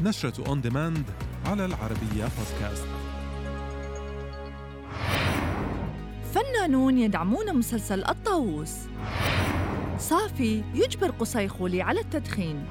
نشرة أون ديماند على العربية بودكاست. فنانون يدعمون مسلسل الطاووس. صافي يجبر قصي خولي على التدخين.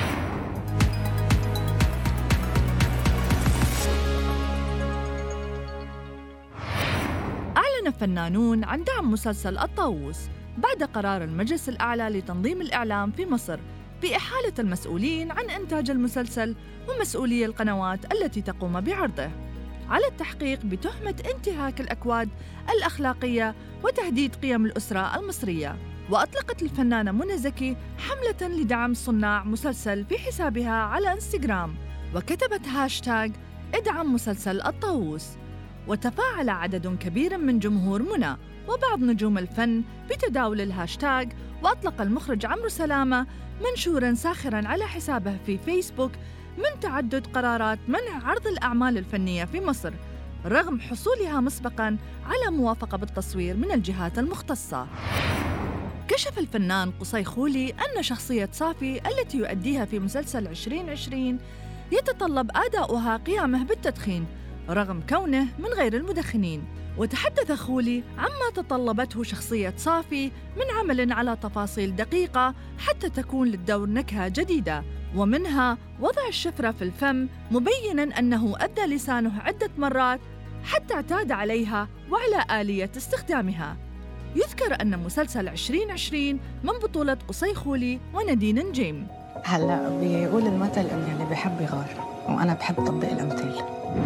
أعلن فنانون عن دعم مسلسل الطاووس بعد قرار المجلس الأعلى لتنظيم الإعلام في مصر بإحالة المسؤولين عن إنتاج المسلسل ومسؤولي القنوات التي تقوم بعرضه على التحقيق بتهمة انتهاك الأكواد الأخلاقية وتهديد قيم الأسرة المصرية. وأطلقت الفنانة منى زكي حملة لدعم صناع مسلسل في حسابها على إنستغرام، وكتبت هاشتاغ ادعم مسلسل الطاووس. وتفاعل عدد كبير من جمهور منى وبعض نجوم الفن بتداول الهاشتاغ، وأطلق المخرج عمرو سلامة منشوراً ساخراً على حسابه في فيسبوك من تعدد قرارات منع عرض الأعمال الفنية في مصر رغم حصولها مسبقاً على موافقة بالتصوير من الجهات المختصة. كشف الفنان قصي خولي أن شخصية صافي التي يؤديها في مسلسل 2020 يتطلب أداؤها قيامه بالتدخين رغم كونه من غير المدخنين. وتحدث خولي عما تطلبته شخصية صافي من عمل على تفاصيل دقيقة حتى تكون للدور نكهة جديدة، ومنها وضع الشفرة في الفم مبيناً أنه أدى لسانه عدة مرات حتى اعتاد عليها وعلى آلية استخدامها. يذكر أن مسلسل 2020 من بطولة قصي خولي وندين نجيم. هلأ بيقول المثل إن اللي بيحب يغار، وأنا بحب طبق الأمثال.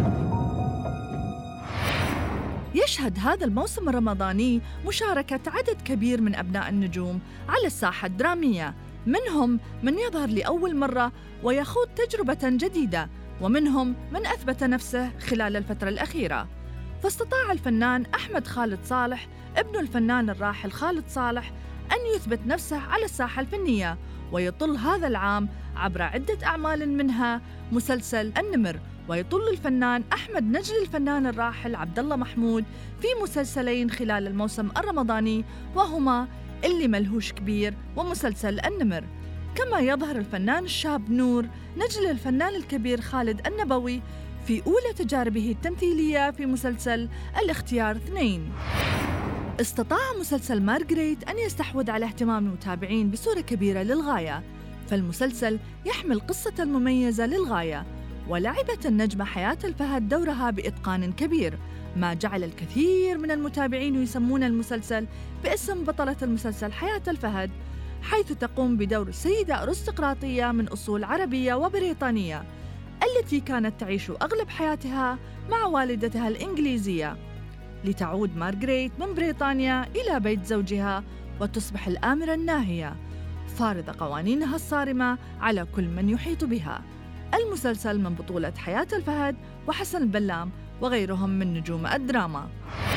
يشهد هذا الموسم الرمضاني مشاركة عدد كبير من أبناء النجوم على الساحة الدرامية، منهم من يظهر لأول مرة ويخوض تجربة جديدة، ومنهم من أثبت نفسه خلال الفترة الأخيرة. فاستطاع الفنان أحمد خالد صالح ابن الفنان الراحل خالد صالح أن يثبت نفسه على الساحة الفنية ويطل هذا العام عبر عدة أعمال، منها مسلسل النمر. ويطل الفنان أحمد نجل الفنان الراحل عبد الله محمود في مسلسلين خلال الموسم الرمضاني، وهما اللي ملهوش كبير ومسلسل النمر. كما يظهر الفنان الشاب نور نجل الفنان الكبير خالد النبوي في أولى تجاربه التمثيلية في مسلسل الاختيار 2. استطاع مسلسل مارغريت أن يستحوذ على اهتمام المتابعين بصورة كبيرة للغاية، فالمسلسل يحمل قصة مميزة للغاية، ولعبت النجمة حياة الفهد دورها بإتقان كبير، ما جعل الكثير من المتابعين يسمون المسلسل باسم بطلة المسلسل حياة الفهد، حيث تقوم بدور سيدة أرستقراطية من أصول عربية وبريطانية التي كانت تعيش أغلب حياتها مع والدتها الإنجليزية، لتعود مارغريت من بريطانيا إلى بيت زوجها وتصبح الآمرة الناهية فارضة قوانينها الصارمة على كل من يحيط بها. المسلسل من بطولة حياة الفهد وحسن البلام وغيرهم من نجوم الدراما.